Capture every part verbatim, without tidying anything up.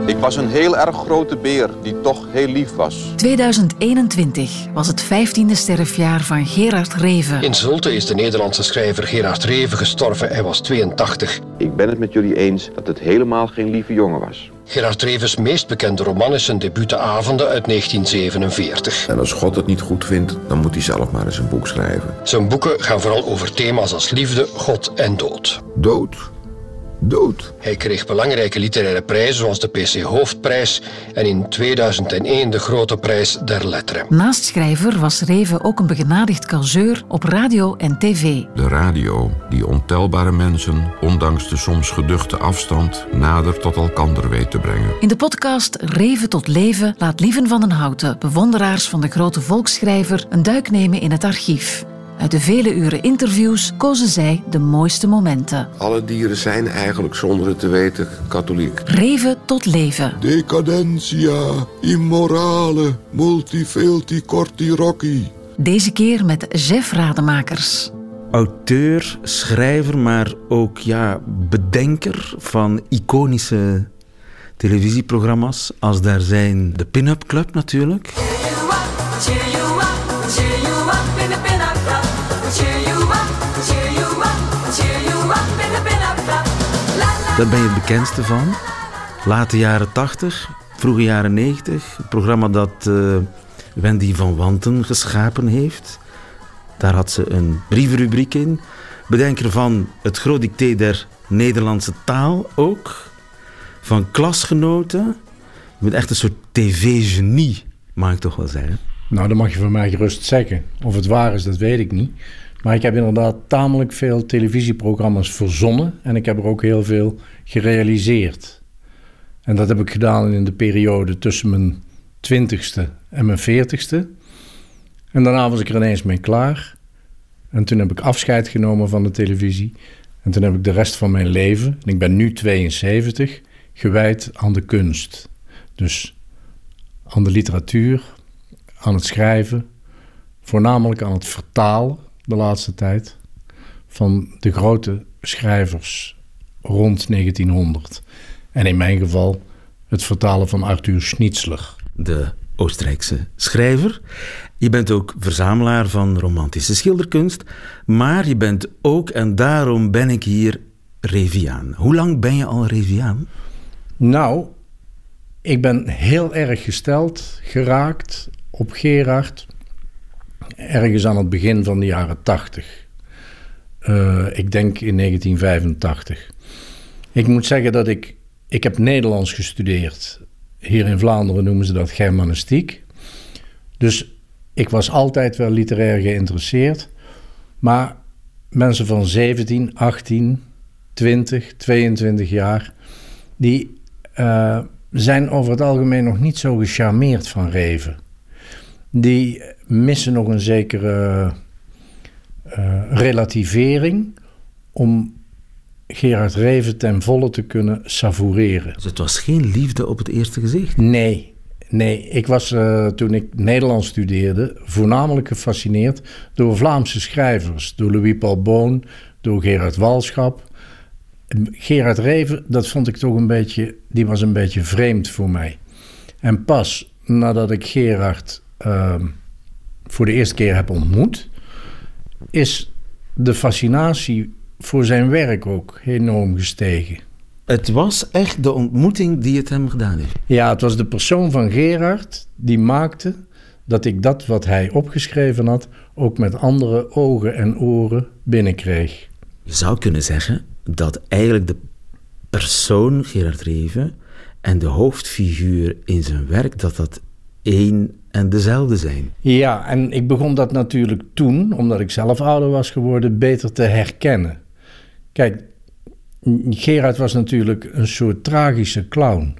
Ik was een heel erg grote beer die toch heel lief was. tweeduizend eenentwintig was het vijftiende sterfjaar van Gerard Reven. In Zulte is de Nederlandse schrijver Gerard Reven gestorven. Hij was tweeëntachtig. Ik ben het met jullie eens dat het helemaal geen lieve jongen was. Gerard Revens meest bekende roman is zijn debuut De Avonden uit negentien zevenenveertig. En als God het niet goed vindt, dan moet hij zelf maar eens een boek schrijven. Zijn boeken gaan vooral over thema's als liefde, God en dood. Dood. Dood. Hij kreeg belangrijke literaire prijzen zoals de P C Hoofdprijs en in tweeduizend één de Grote Prijs der Letteren. Naast schrijver was Reven ook een begenadigd causeur op radio en tv. De radio die ontelbare mensen, ondanks de soms geduchte afstand, nader tot elkander weet te brengen. In de podcast Reven tot leven laat Lieven van den Houten bewonderaars van de grote volksschrijver een duik nemen in het archief. Uit de vele uren interviews kozen zij de mooiste momenten. Alle dieren zijn eigenlijk, zonder het te weten, katholiek. Reven tot leven. Decadentia, immorale, multifelti corti rocci. Deze keer met Jeff Rademakers. Auteur, schrijver, maar ook ja, bedenker van iconische televisieprogramma's. Als daar zijn de Pin-Up Club natuurlijk. Daar ben je het bekendste van. Late jaren tachtig, vroege jaren negentig. Het programma dat uh, Wendy van Wanten geschapen heeft. Daar had ze een brievenrubriek in. Bedenker van het Groot Dicté der Nederlandse taal ook. Van klasgenoten. Je bent echt een soort tv-genie, mag ik toch wel zeggen. Nou, dat mag je van mij gerust zeggen. Of het waar is, dat weet ik niet. Maar ik heb inderdaad tamelijk veel televisieprogramma's verzonnen. En ik heb er ook heel veel gerealiseerd. En dat heb ik gedaan in de periode tussen mijn twintigste en mijn veertigste. En daarna was ik er ineens mee klaar. En toen heb ik afscheid genomen van de televisie. En toen heb ik de rest van mijn leven, en ik ben nu tweeënzeventig, gewijd aan de kunst. Dus aan de literatuur, aan het schrijven, voornamelijk aan het vertalen de laatste tijd van de grote schrijvers rond negentienhonderd. En in mijn geval het vertalen van Arthur Schnitzler. De Oostenrijkse schrijver. Je bent ook verzamelaar van romantische schilderkunst, maar je bent ook, en daarom ben ik hier, Reviaan. Hoe lang ben je al Reviaan? Nou, ik ben heel erg gesteld geraakt op Gerard ergens aan het begin van de jaren tachtig. Uh, ik denk in negentien vijfentachtig. Ik moet zeggen dat ik... Ik heb Nederlands gestudeerd. Hier in Vlaanderen noemen ze dat Germanistiek. Dus ik was altijd wel literair geïnteresseerd. Maar mensen van zeventien, achttien, twintig, tweeëntwintig jaar... die uh, zijn over het algemeen nog niet zo gecharmeerd van Reven. Die missen nog een zekere uh, relativering om Gerard Reven ten volle te kunnen savoureren. Dus het was geen liefde op het eerste gezicht? Nee, nee. Ik was uh, toen ik Nederlands studeerde voornamelijk gefascineerd door Vlaamse schrijvers. Door Louis Paul Boon, door Gerard Walschap. Gerard Reven, dat vond ik toch een beetje, die was een beetje vreemd voor mij. En pas nadat ik Gerard uh, voor de eerste keer heb ontmoet, is de fascinatie voor zijn werk ook enorm gestegen. Het was echt de ontmoeting die het hem gedaan heeft? Ja, het was de persoon van Gerard die maakte dat ik dat wat hij opgeschreven had ook met andere ogen en oren binnenkreeg. Je zou kunnen zeggen dat eigenlijk de persoon Gerard Reven en de hoofdfiguur in zijn werk, dat dat één en dezelfde zijn. Ja, en ik begon dat natuurlijk toen, omdat ik zelf ouder was geworden, beter te herkennen. Kijk, Gerard was natuurlijk een soort tragische clown.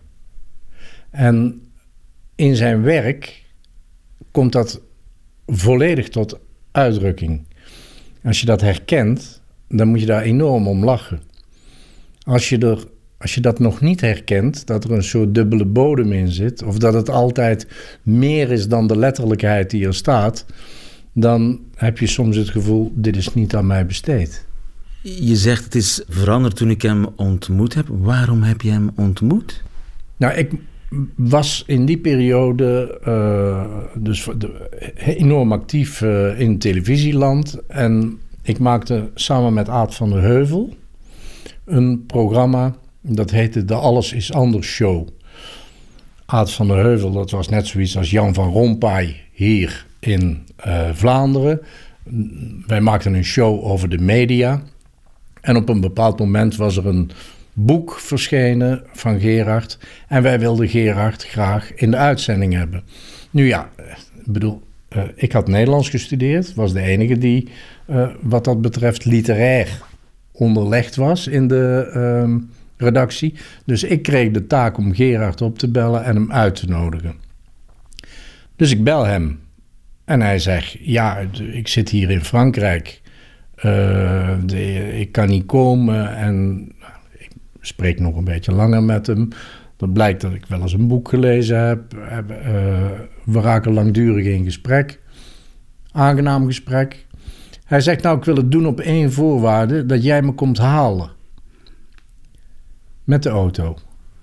En in zijn werk komt dat volledig tot uitdrukking. Als je dat herkent, dan moet je daar enorm om lachen. Als je, er, als je dat nog niet herkent, dat er een soort dubbele bodem in zit, of dat het altijd meer is dan de letterlijkheid die er staat, dan heb je soms het gevoel, dit is niet aan mij besteed. Je zegt het is veranderd toen ik hem ontmoet heb. Waarom heb je hem ontmoet? Nou, ik was in die periode uh, dus de, enorm actief uh, in televisieland. En ik maakte samen met Aad van der Heuvel een programma dat heette de Alles is Anders Show. Aad van der Heuvel, dat was net zoiets als Jan van Rompuy hier in uh, Vlaanderen. Wij maakten een show over de media. En op een bepaald moment was er een boek verschenen van Gerard. En wij wilden Gerard graag in de uitzending hebben. Nu ja, ik bedoel, uh, ik had Nederlands gestudeerd. Was de enige die, uh, wat dat betreft, literair onderlegd was in de uh, redactie. Dus ik kreeg de taak om Gerard op te bellen en hem uit te nodigen. Dus ik bel hem. En hij zegt, ja, ik zit hier in Frankrijk. Uh, de, ik kan niet komen. En ik spreek nog een beetje langer met hem. Dan blijkt dat ik wel eens een boek gelezen heb. Uh, we raken langdurig in gesprek. Aangenaam gesprek. Hij zegt, nou, ik wil het doen op één voorwaarde. Dat jij me komt halen. Met de auto.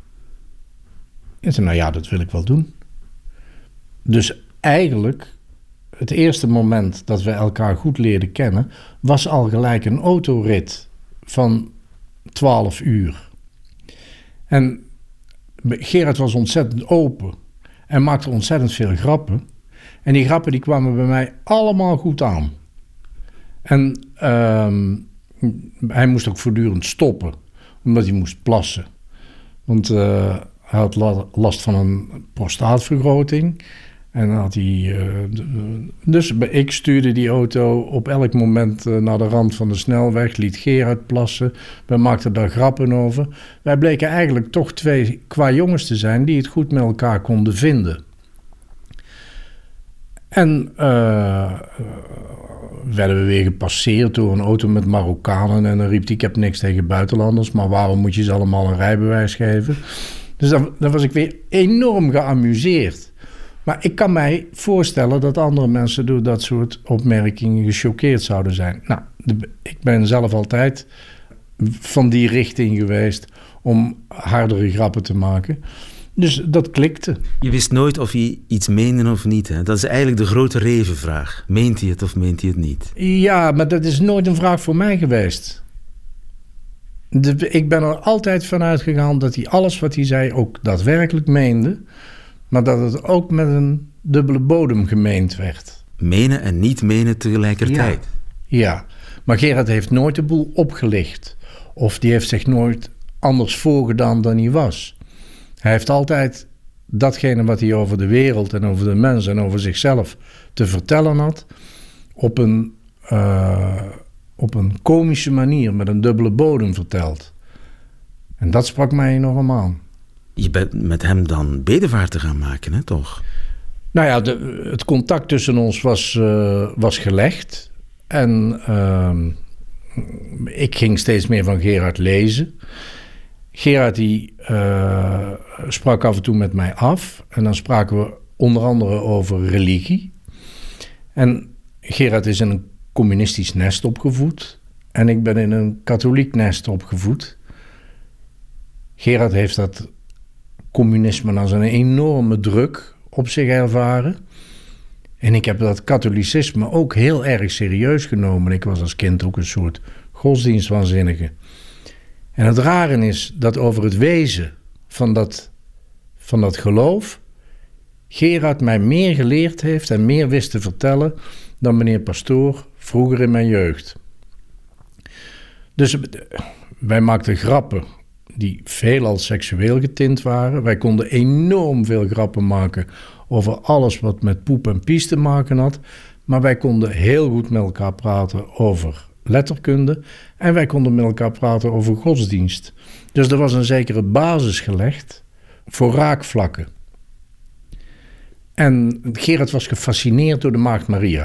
Ik zei, nou ja, dat wil ik wel doen. Dus eigenlijk, het eerste moment dat we elkaar goed leerden kennen, was al gelijk een autorit van twaalf uur. En Gerard was ontzettend open en maakte ontzettend veel grappen. En die grappen die kwamen bij mij allemaal goed aan. En uh, hij moest ook voortdurend stoppen, omdat hij moest plassen. Want uh, hij had last van een prostaatvergroting. En dan had hij, uh, dus ik stuurde die auto op elk moment uh, naar de rand van de snelweg, liet Gerard plassen. We maakten daar grappen over. Wij bleken eigenlijk toch twee qua jongens te zijn die het goed met elkaar konden vinden. En uh, werden we weer gepasseerd door een auto met Marokkanen. En dan riep hij, ik heb niks tegen buitenlanders, maar waarom moet je ze allemaal een rijbewijs geven? Dus dan, dan was ik weer enorm geamuseerd. Maar ik kan mij voorstellen dat andere mensen door dat soort opmerkingen gechoqueerd zouden zijn. Nou, de, ik ben zelf altijd van die richting geweest om hardere grappen te maken. Dus dat klikte. Je wist nooit of hij iets meende of niet. Hè? Dat is eigenlijk de grote Reven-vraag. Meent hij het of meent hij het niet? Ja, maar dat is nooit een vraag voor mij geweest. De, ik ben er altijd van uitgegaan dat hij alles wat hij zei ook daadwerkelijk meende. Maar dat het ook met een dubbele bodem gemeend werd. Menen en niet menen tegelijkertijd. Ja, ja. Maar Gerard heeft nooit de boel opgelicht. Of die heeft zich nooit anders voorgedaan dan hij was. Hij heeft altijd datgene wat hij over de wereld en over de mens en over zichzelf te vertellen had, op een, uh, op een komische manier, met een dubbele bodem verteld. En dat sprak mij enorm aan. Je bent met hem dan bedevaarten gaan maken, hè, toch? Nou ja, de, het contact tussen ons was, uh, was gelegd. En uh, ik ging steeds meer van Gerard lezen. Gerard die uh, sprak af en toe met mij af. En dan spraken we onder andere over religie. En Gerard is in een communistisch nest opgevoed. En ik ben in een katholiek nest opgevoed. Gerard heeft dat communisme als een enorme druk op zich ervaren. En ik heb dat katholicisme ook heel erg serieus genomen. Ik was als kind ook een soort godsdienstwaanzinnige. En het rare is dat over het wezen van dat, van dat geloof Gerard mij meer geleerd heeft en meer wist te vertellen dan meneer Pastoor vroeger in mijn jeugd. Dus wij maakten grappen die veelal seksueel getint waren. Wij konden enorm veel grappen maken over alles wat met poep en pies te maken had. Maar wij konden heel goed met elkaar praten over letterkunde. En wij konden met elkaar praten over godsdienst. Dus er was een zekere basis gelegd voor raakvlakken. En Gerard was gefascineerd door de Maagd Maria.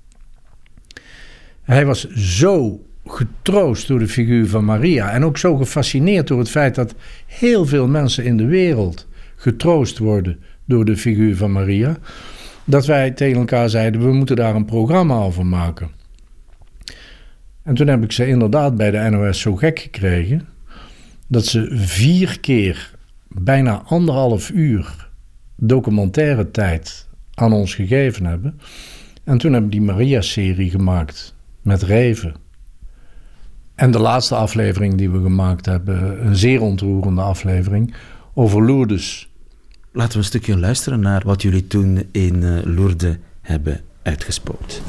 Hij was zo getroost door de figuur van Maria. En ook zo gefascineerd door het feit dat heel veel mensen in de wereld getroost worden door de figuur van Maria, dat wij tegen elkaar zeiden, we moeten daar een programma over maken. En toen heb ik ze inderdaad bij de N O S zo gek gekregen dat ze vier keer bijna anderhalf uur documentaire tijd aan ons gegeven hebben. En toen hebben we die Maria-serie gemaakt met Reven. En de laatste aflevering die we gemaakt hebben, een zeer ontroerende aflevering, over Lourdes. Laten we een stukje luisteren naar wat jullie toen in uh, Lourdes hebben uitgespookt.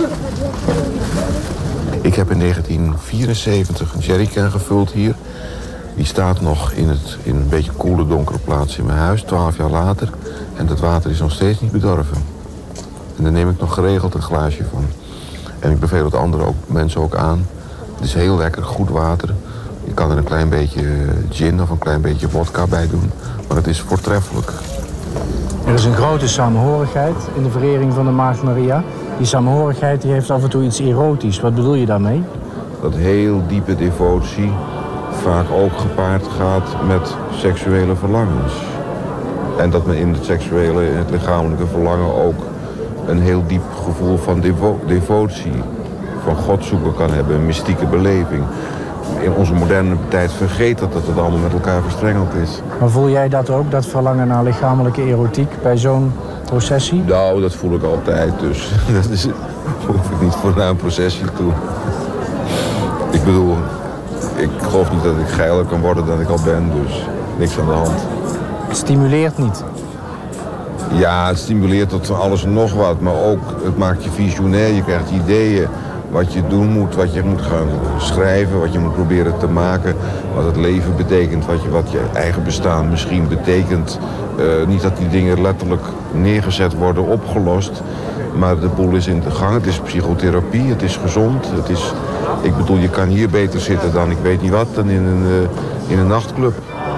Ik heb in negentien vierenzeventig een jerrycan gevuld hier. Die staat nog in, het, in een beetje koele, donkere plaats in mijn huis, twaalf jaar later. En dat water is nog steeds niet bedorven. En daar neem ik nog geregeld een glaasje van. En ik beveel het andere ook, mensen ook aan. Het is heel lekker, goed water. Je kan er een klein beetje gin of een klein beetje vodka bij doen. Maar het is voortreffelijk. Er is een grote samenhorigheid in de verering van de Maagd Maria. Die samenhorigheid die heeft af en toe iets erotisch. Wat bedoel je daarmee? Dat heel diepe devotie vaak ook gepaard gaat met seksuele verlangens. En dat men in het seksuele en het lichamelijke verlangen ook een heel diep gevoel van devo- devotie, van God zoeken kan hebben, een mystieke beleving. In onze moderne tijd vergeet dat dat het allemaal met elkaar verstrengeld is. Maar voel jij dat ook, dat verlangen naar lichamelijke erotiek bij zo'n processie? Nou, dat voel ik altijd, dus dat is, hoef ik niet voor naar een processie toe. Ik bedoel, ik geloof niet dat ik geiler kan worden dan ik al ben, dus niks aan de hand. Het stimuleert niet. Ja, het stimuleert tot alles en nog wat, maar ook het maakt je visionair, je krijgt ideeën wat je doen moet, wat je moet gaan schrijven, wat je moet proberen te maken, wat het leven betekent, wat je, wat je eigen bestaan misschien betekent. Uh, niet dat die dingen letterlijk neergezet worden, opgelost, maar de boel is in de gang. Het is psychotherapie, het is gezond. Het is, ik bedoel, je kan hier beter zitten dan ik weet niet wat, dan in een, uh, in een nachtclub.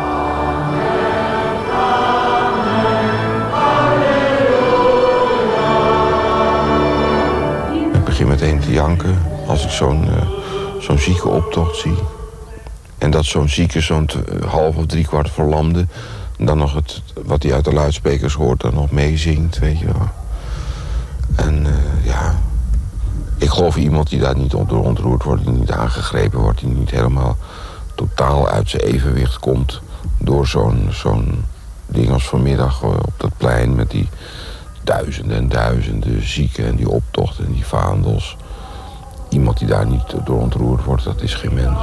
Ik begin meteen te janken als ik zo'n uh, zo'n zieke optocht zie. En dat zo'n zieke zo'n t- half of drie kwart verlamde dan nog het, wat hij uit de luidsprekers hoort, dan nog meezingt, weet je wel. En uh, ja, ik geloof iemand die daar niet door ontroerd wordt, die niet aangegrepen wordt, die niet helemaal totaal uit zijn evenwicht komt door zo'n, zo'n ding als vanmiddag op dat plein met die duizenden en duizenden zieken en die optochten en die vaandels. Iemand die daar niet door ontroerd wordt, dat is geen mens.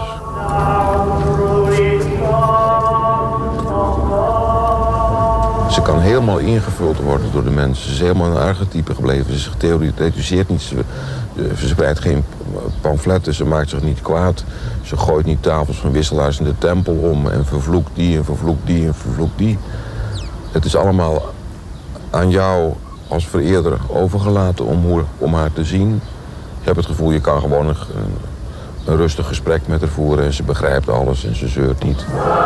Ze kan helemaal ingevuld worden door de mensen. Ze is helemaal een archetype gebleven. Ze theoretiseert niet. Ze, ze spreidt geen pamfletten. Ze maakt zich niet kwaad. Ze gooit niet tafels van wisselaars in de tempel om. En vervloekt die en vervloekt die en vervloekt die. Het is allemaal aan jou als vereerder overgelaten om, hoe, om haar te zien. Je hebt het gevoel, je kan gewoon een, een rustig gesprek met haar voeren. En ze begrijpt alles en ze zeurt niet.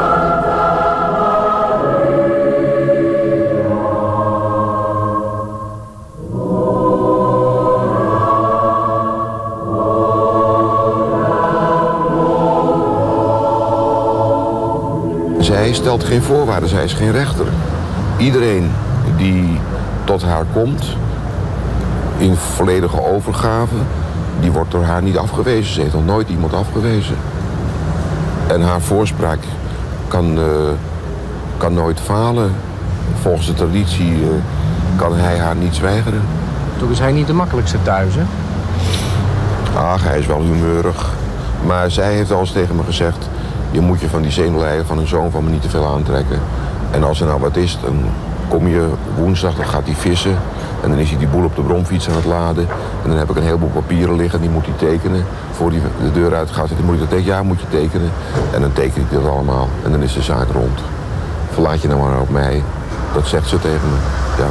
Zij stelt geen voorwaarden, zij is geen rechter. Iedereen die tot haar komt, in volledige overgave, die wordt door haar niet afgewezen. Ze heeft nog nooit iemand afgewezen. En haar voorspraak kan, uh, kan nooit falen. Volgens de traditie uh, kan hij haar niet weigeren. Toch is hij niet de makkelijkste thuis, hè? Ach, hij is wel humeurig. Maar zij heeft al eens tegen me gezegd, je moet je van die zenuwlijden van een zoon van me niet te veel aantrekken. En als er nou wat is, dan kom je woensdag, dan gaat hij vissen. En dan is hij die boel op de bromfiets aan het laden. En dan heb ik een heleboel papieren liggen, die moet hij tekenen. Voor hij de deur uit gaat, dan moet ik dat tekenen. Ja, moet je tekenen. En dan teken ik dat allemaal. En dan is de zaak rond. Verlaat je nou maar op mij. Dat zegt ze tegen me. Ja.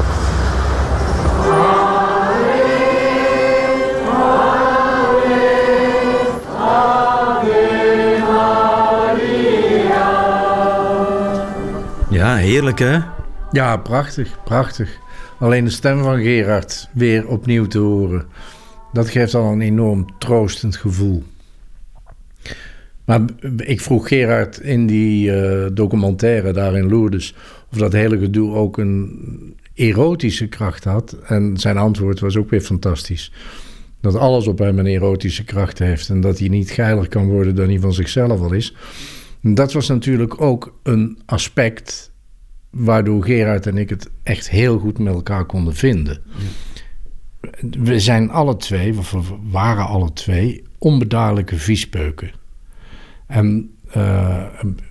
Ja, heerlijk hè? Ja, prachtig, prachtig. Alleen de stem van Gerard weer opnieuw te horen, dat geeft al een enorm troostend gevoel. Maar ik vroeg Gerard in die uh, documentaire daar in Lourdes of dat hele gedoe ook een erotische kracht had. En zijn antwoord was ook weer fantastisch. Dat alles op hem een erotische kracht heeft en dat hij niet geiler kan worden dan hij van zichzelf al is. Dat was natuurlijk ook een aspect waardoor Gerard en ik het echt heel goed met elkaar konden vinden. Ja. We zijn alle twee, of we waren alle twee, onbedadelijke viespeuken. En uh,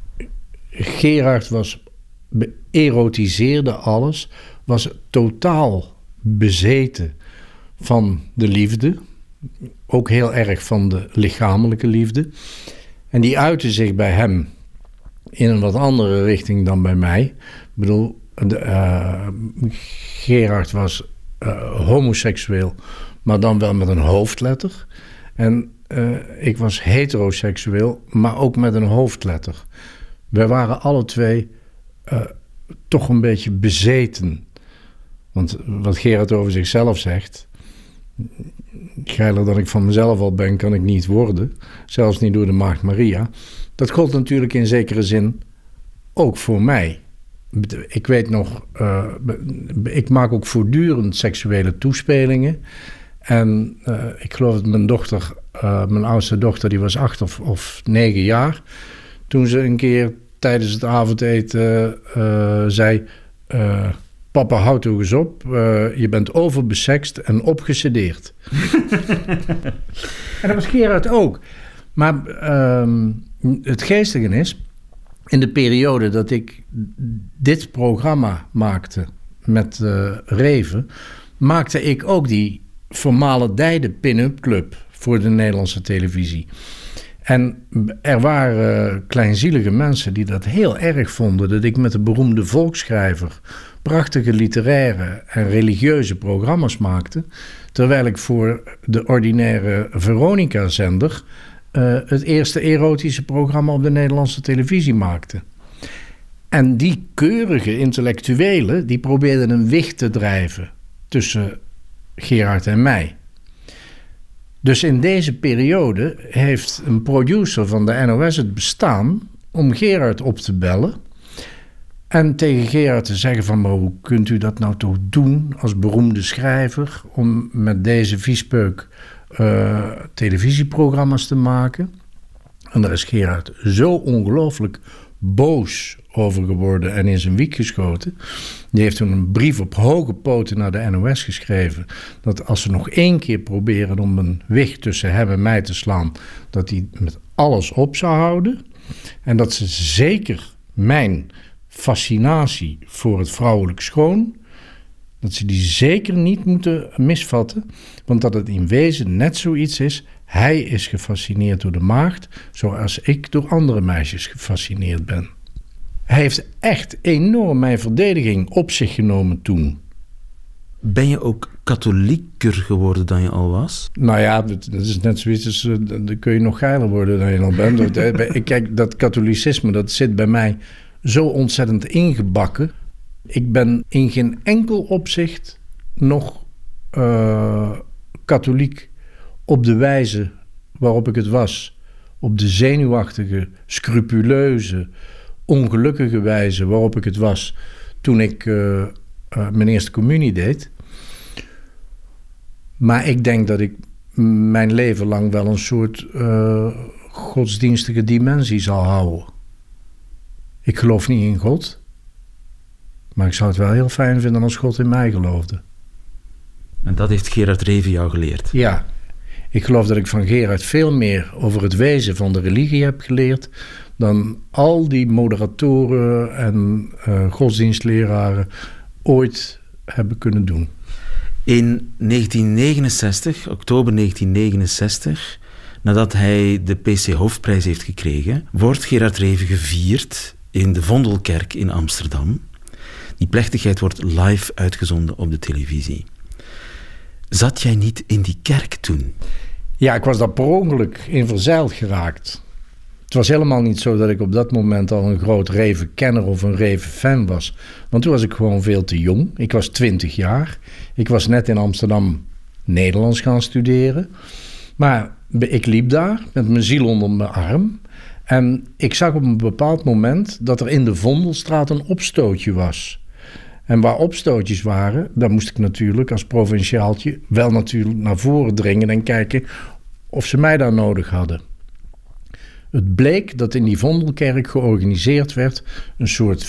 Gerard was, erotiseerde alles, was totaal bezeten van de liefde. Ook heel erg van de lichamelijke liefde. En die uitte zich bij hem in een wat andere richting dan bij mij. Ik bedoel, de, uh, Gerard was uh, homoseksueel, maar dan wel met een hoofdletter. En uh, ik was heteroseksueel, maar ook met een hoofdletter. Wij waren alle twee uh, toch een beetje bezeten. Want wat Gerard over zichzelf zegt, geiler dan ik van mezelf al ben, kan ik niet worden. Zelfs niet door de Maagd Maria. Dat gold natuurlijk in zekere zin ook voor mij. Ik weet nog, uh, ik maak ook voortdurend seksuele toespelingen. En uh, ik geloof dat mijn dochter, uh, mijn oudste dochter, die was acht of, of negen jaar. Toen ze een keer tijdens het avondeten uh, zei... Uh, Papa, houd toch eens op. Uh, je bent overbesext en opgesedeerd. En dat was Gerard ook. Maar uh, het geestige is, in de periode dat ik dit programma maakte met uh, Reven, maakte ik ook die vermaledijde pin-up club voor de Nederlandse televisie. En er waren uh, kleinzielige mensen die dat heel erg vonden, dat ik met de beroemde volksschrijver prachtige literaire en religieuze programma's maakte, terwijl ik voor de ordinaire Veronica-zender uh, het eerste erotische programma op de Nederlandse televisie maakte. En die keurige intellectuelen, die probeerden een wicht te drijven tussen Gerard en mij. Dus in deze periode heeft een producer van de N O S het bestaan om Gerard op te bellen en tegen Gerard te zeggen van, maar hoe kunt u dat nou toch doen als beroemde schrijver om met deze viespeuk uh, televisieprogramma's te maken? En daar is Gerard zo ongelooflijk boos over geworden en in zijn wiek geschoten. Die heeft toen een brief op hoge poten naar de N O S geschreven, dat als ze nog één keer proberen om een wicht tussen hem en mij te slaan, dat hij met alles op zou houden. En dat ze zeker mijn fascinatie voor het vrouwelijk schoon, dat ze die zeker niet moeten misvatten, want dat het in wezen net zoiets is. Hij is gefascineerd door de maagd, zoals ik door andere meisjes gefascineerd ben. Hij heeft echt enorm mijn verdediging op zich genomen toen. Ben je ook katholieker geworden dan je al was? Nou ja, dat is net zoiets als, dan kun je nog geiler worden dan je al bent. Kijk, dat katholicisme, dat zit bij mij zo ontzettend ingebakken. Ik ben in geen enkel opzicht nog uh, katholiek op de wijze waarop ik het was. Op de zenuwachtige, scrupuleuze, ongelukkige wijze waarop ik het was toen ik uh, uh, mijn eerste communie deed. Maar ik denk dat ik mijn leven lang wel een soort uh, godsdienstige dimensie zal houden. Ik geloof niet in God, maar ik zou het wel heel fijn vinden als God in mij geloofde. En dat heeft Gerard Reven jou geleerd? Ja, ik geloof dat ik van Gerard veel meer over het wezen van de religie heb geleerd dan al die moderatoren en uh, godsdienstleraren ooit hebben kunnen doen. In negentien negenenzestig, oktober negentien negenenzestig, nadat hij de P C Hoofdprijs heeft gekregen, wordt Gerard Reven gevierd in de Vondelkerk in Amsterdam. Die plechtigheid wordt live uitgezonden op de televisie. Zat jij niet in die kerk toen? Ja, ik was daar per ongeluk in verzeild geraakt. Het was helemaal niet zo dat ik op dat moment al een groot Reven-kenner of een Reven-fan was. Want toen was ik gewoon veel te jong. Ik was twintig jaar. Ik was net in Amsterdam Nederlands gaan studeren. Maar ik liep daar met mijn ziel onder mijn arm. En ik zag op een bepaald moment dat er in de Vondelstraat een opstootje was. En waar opstootjes waren, daar moest ik natuurlijk als provinciaaltje wel natuurlijk naar voren dringen en kijken of ze mij daar nodig hadden. Het bleek dat in die Vondelkerk georganiseerd werd een soort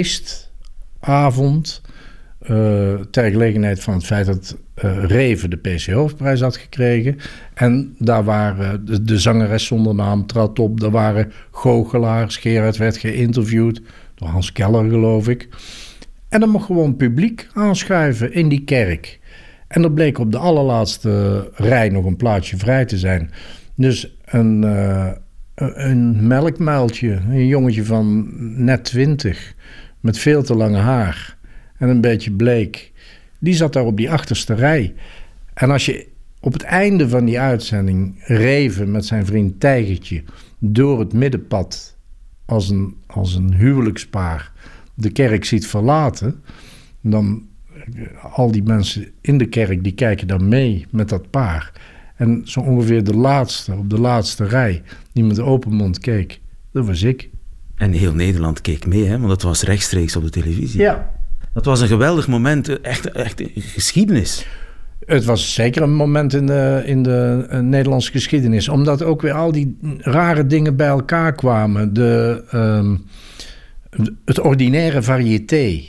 feestavond uh, ter gelegenheid van het feit dat uh, Reven de P C Hoofdprijs had gekregen. En daar waren de, de zangeres zonder naam trad op, er waren goochelaars, Gerard werd geïnterviewd door Hans Keller, geloof ik. En er mocht gewoon publiek aanschuiven in die kerk. En er bleek op de allerlaatste rij nog een plaatsje vrij te zijn. Dus een, uh, een melkmuiltje, een jongetje van net twintig, met veel te lange haar en een beetje bleek, die zat daar op die achterste rij. En als je op het einde van die uitzending Reven met zijn vriend Tijgertje door het middenpad als een, als een huwelijkspaar de kerk ziet verlaten, dan al die mensen in de kerk die kijken dan mee met dat paar. En zo ongeveer de laatste, op de laatste rij, die met open mond keek, dat was ik. En heel Nederland keek mee, hè? Want dat was rechtstreeks op de televisie. Ja. Dat was een geweldig moment, echt, echt geschiedenis. Het was zeker een moment in de, in de uh, Nederlandse geschiedenis. Omdat ook weer al die rare dingen bij elkaar kwamen. De, um, het ordinaire variété.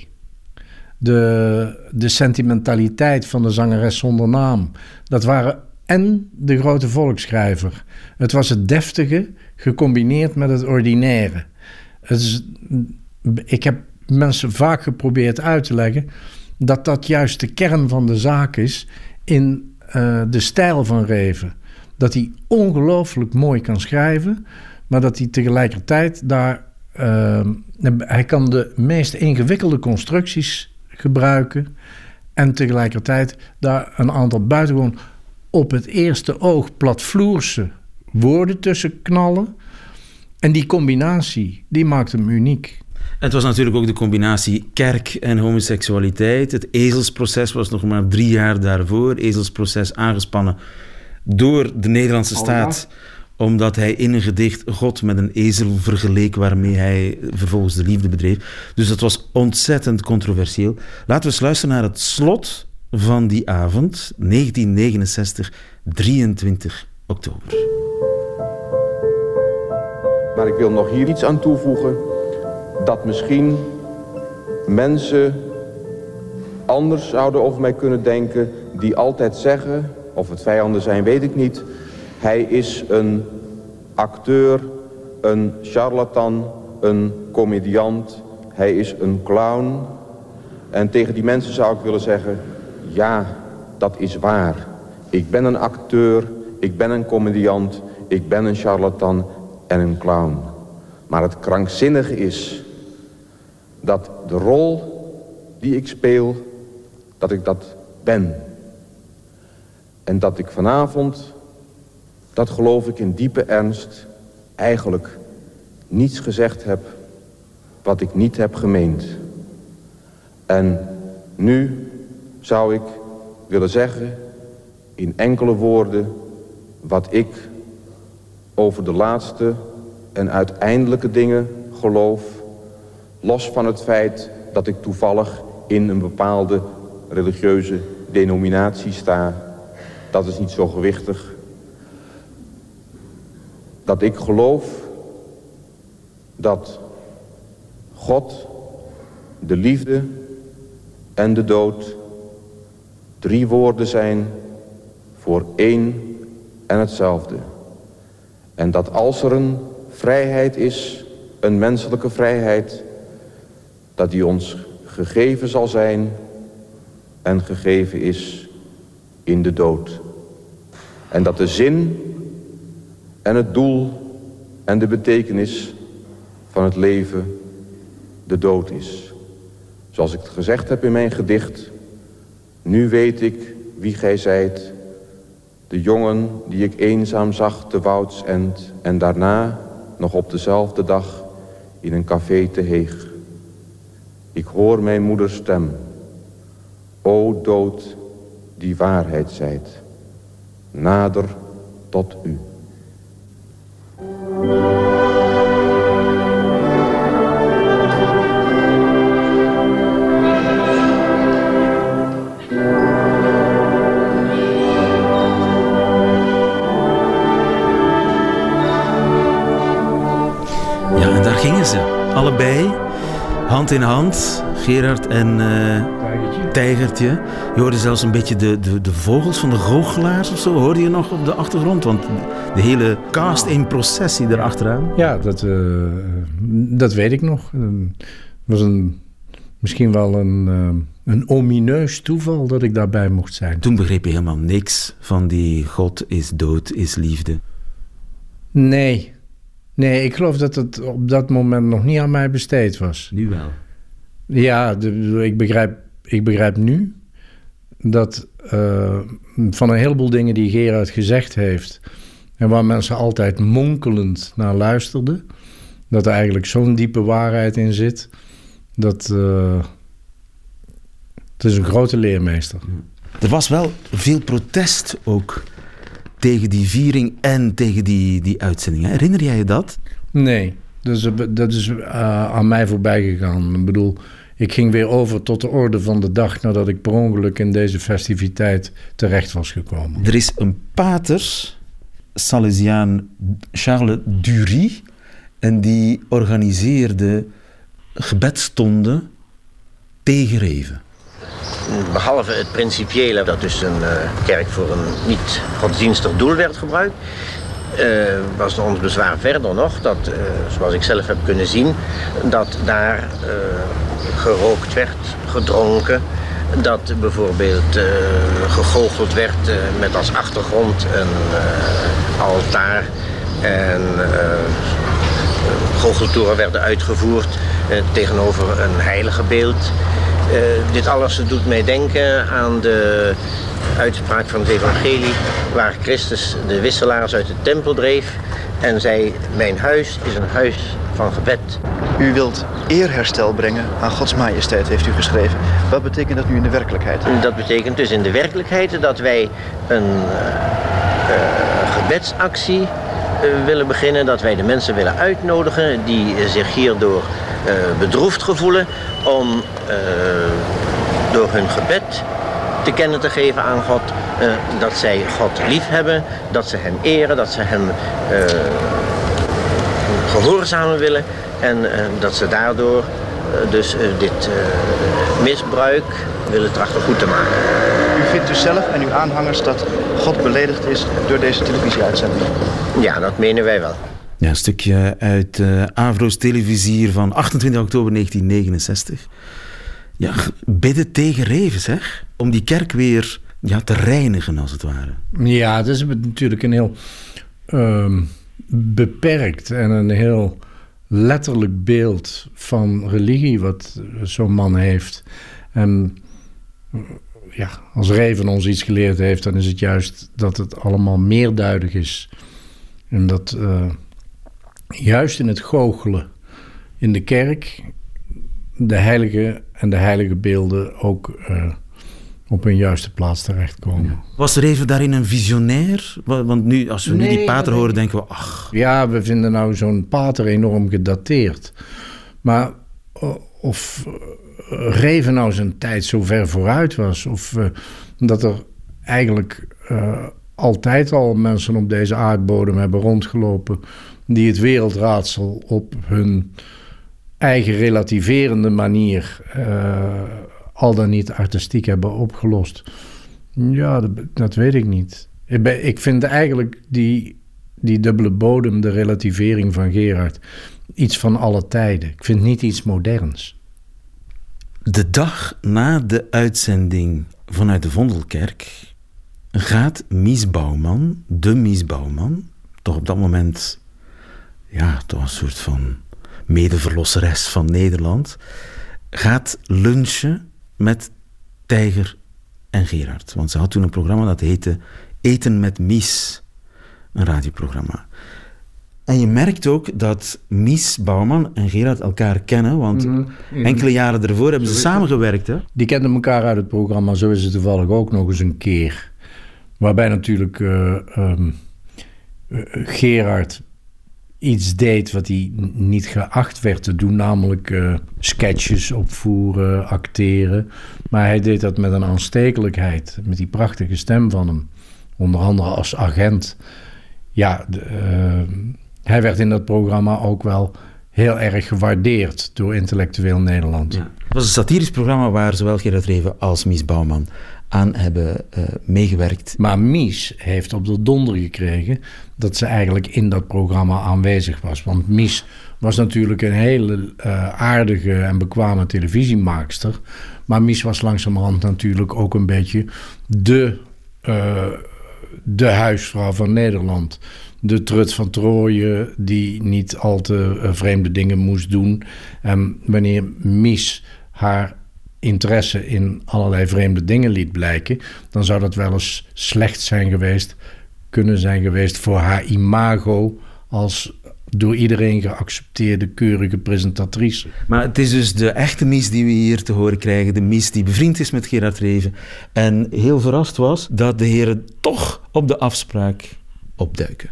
De, de sentimentaliteit van de zangeres zonder naam. Dat waren en de grote volksschrijver. Het was het deftige gecombineerd met het ordinaire. Het is, ik heb mensen vaak geprobeerd uit te leggen dat dat juist de kern van de zaak is in uh, de stijl van Reven. Dat hij ongelooflijk mooi kan schrijven, maar dat hij tegelijkertijd daar... Uh, hij kan de meest ingewikkelde constructies gebruiken en tegelijkertijd daar een aantal buitengewoon op het eerste oog platvloerse woorden tussen knallen. En die combinatie, die maakt hem uniek. Het was natuurlijk ook de combinatie kerk en homoseksualiteit. Het ezelsproces was nog maar drie jaar daarvoor. Ezelsproces aangespannen door de Nederlandse staat, omdat hij in een gedicht God met een ezel vergeleek waarmee hij vervolgens de liefde bedreef. Dus dat was ontzettend controversieel. Laten we eens luisteren naar het slot van die avond, negentien negenenzestig, drieëntwintig oktober. Maar ik wil nog hier iets aan toevoegen, dat misschien mensen anders zouden over mij kunnen denken, die altijd zeggen, of het vijanden zijn, weet ik niet, hij is een acteur, een charlatan, een komediant, hij is een clown. En tegen die mensen zou ik willen zeggen, ja, dat is waar. Ik ben een acteur, ik ben een komediant, ik ben een charlatan en een clown. Maar het krankzinnige is dat de rol die ik speel, dat ik dat ben. En dat ik vanavond, dat geloof ik in diepe ernst, eigenlijk niets gezegd heb wat ik niet heb gemeend. En nu zou ik willen zeggen, in enkele woorden, wat ik over de laatste en uiteindelijke dingen geloof, los van het feit dat ik toevallig in een bepaalde religieuze denominatie sta. Dat is niet zo gewichtig. Dat ik geloof dat God, de liefde en de dood drie woorden zijn voor één en hetzelfde. En dat als er een vrijheid is, een menselijke vrijheid, dat die ons gegeven zal zijn en gegeven is in de dood. En dat de zin en het doel en de betekenis van het leven de dood is. Zoals ik het gezegd heb in mijn gedicht, nu weet ik wie gij zijt, de jongen die ik eenzaam zag te Woudsend en daarna nog op dezelfde dag in een café te Heeg. Ik hoor mijn moeders stem, o dood die waarheid zijt, nader tot u. Hand in hand, Gerard en uh, Tijgertje. Je hoorde zelfs een beetje de, de, de vogels van de goochelaars of zo. Hoorde je nog op de achtergrond? Want de hele cast in processie erachteraan. Ja, dat, uh, dat weet ik nog. Het was een, misschien wel een, uh, een omineus toeval dat ik daarbij mocht zijn. Toen begreep je helemaal niks van die God is dood, is liefde. Nee. Nee, ik geloof dat het op dat moment nog niet aan mij besteed was. Nu wel? Ja, de, ik, begrijp, ik begrijp nu dat uh, van een heleboel dingen die Gerard gezegd heeft en waar mensen altijd monkelend naar luisterden, dat er eigenlijk zo'n diepe waarheid in zit, dat uh, het is een grote leermeester. Er was wel veel protest ook tegen die viering en tegen die, die uitzending. Herinner jij je dat? Nee, dus, dat is uh, aan mij voorbij gegaan. Ik bedoel, ik ging weer over tot de orde van de dag nadat ik per ongeluk in deze festiviteit terecht was gekomen. Er is een pater, Salesiaan Charles Dury, en die organiseerde gebedstonden tegen Reven. Behalve het principiële, dat dus een uh, kerk voor een niet godsdienstig doel werd gebruikt, uh, was ons bezwaar verder nog dat, uh, zoals ik zelf heb kunnen zien, dat daar uh, gerookt werd, gedronken, dat bijvoorbeeld uh, gegoocheld werd uh, met als achtergrond een uh, altaar en uh, goocheltoeren werden uitgevoerd uh, tegenover een heilige beeld. Uh, dit alles doet mij denken aan de uitspraak van het evangelie waar Christus de wisselaars uit de tempel dreef en zei: mijn huis is een huis van gebed. U wilt eerherstel brengen aan Gods majesteit, heeft u geschreven. Wat betekent dat nu in de werkelijkheid? Dat betekent dus in de werkelijkheid dat wij een uh, uh, gebedsactie uh, willen beginnen, dat wij de mensen willen uitnodigen die uh, zich hierdoor uh, bedroefd gevoelen om uh, door hun gebed te kennen te geven aan God, uh, dat zij God lief hebben, dat ze hem eren, dat ze hem uh, gehoorzamen willen en uh, dat ze daardoor uh, dus uh, dit uh, misbruik willen trachten goed te maken. U vindt dus zelf en uw aanhangers dat God beledigd is door deze televisieuitzending? Ja, dat menen wij wel. Ja, een stukje uit uh, Avro's televisier van achtentwintig oktober negentien negenenzestig. Ja, bidden tegen Reven, zeg. Om die kerk weer ja, te reinigen, als het ware. Ja, dat is natuurlijk een heel uh, beperkt en een heel letterlijk beeld van religie wat zo'n man heeft. En ja, als Reven ons iets geleerd heeft, dan is het juist dat het allemaal meerduidig is. En dat uh, juist in het goochelen in de kerk de heilige en de heilige beelden ook uh, op hun juiste plaats terechtkomen. Was Reven daarin een visionair? Want nu, als we nee, nu die pater nee. horen, denken we, ach. Ja, we vinden nou zo'n pater enorm gedateerd. Maar of Reven nou zijn tijd zo ver vooruit was, of uh, dat er eigenlijk uh, altijd al mensen op deze aardbodem hebben rondgelopen die het wereldraadsel op hun eigen relativerende manier uh, al dan niet artistiek hebben opgelost. Ja, dat, dat weet ik niet. Ik, ben, ik vind eigenlijk die, die dubbele bodem, de relativering van Gerard, iets van alle tijden. Ik vind niet iets moderns. De dag na de uitzending vanuit de Vondelkerk gaat Mies Bouwman, de Mies Bouwman, toch op dat moment ja, toch een soort van medeverlosseres van Nederland, gaat lunchen met Tijger en Gerard. Want ze had toen een programma dat heette Eten met Mies, een radioprogramma. En je merkt ook dat Mies Bouwman en Gerard elkaar kennen, want mm-hmm. enkele jaren ervoor hebben ze samengewerkt. Hè? Die kenden elkaar uit het programma, zo is het toevallig ook nog eens een keer. Waarbij natuurlijk uh, um, uh, Gerard iets deed wat hij niet geacht werd te doen, namelijk uh, sketches opvoeren, acteren. Maar hij deed dat met een aanstekelijkheid, met die prachtige stem van hem. Onder andere als agent. Ja, de, uh, hij werd in dat programma ook wel heel erg gewaardeerd door intellectueel Nederland. Ja. Het was een satirisch programma waar zowel Gerard Reven als Mies Bouwman aan hebben uh, meegewerkt. Maar Mies heeft op de donder gekregen dat ze eigenlijk in dat programma aanwezig was. Want Mies was natuurlijk een hele uh, aardige en bekwame televisiemaakster. Maar Mies was langzamerhand natuurlijk ook een beetje de, uh, de huisvrouw van Nederland. De Trut van Trooien die niet al te uh, vreemde dingen moest doen. En wanneer Mies haar interesse in allerlei vreemde dingen liet blijken, dan zou dat wel eens slecht zijn geweest, kunnen zijn geweest voor haar imago als door iedereen geaccepteerde keurige presentatrice. Maar het is dus de echte Mies die we hier te horen krijgen, de Mies die bevriend is met Gerard Reven en heel verrast was dat de heren toch op de afspraak opduiken.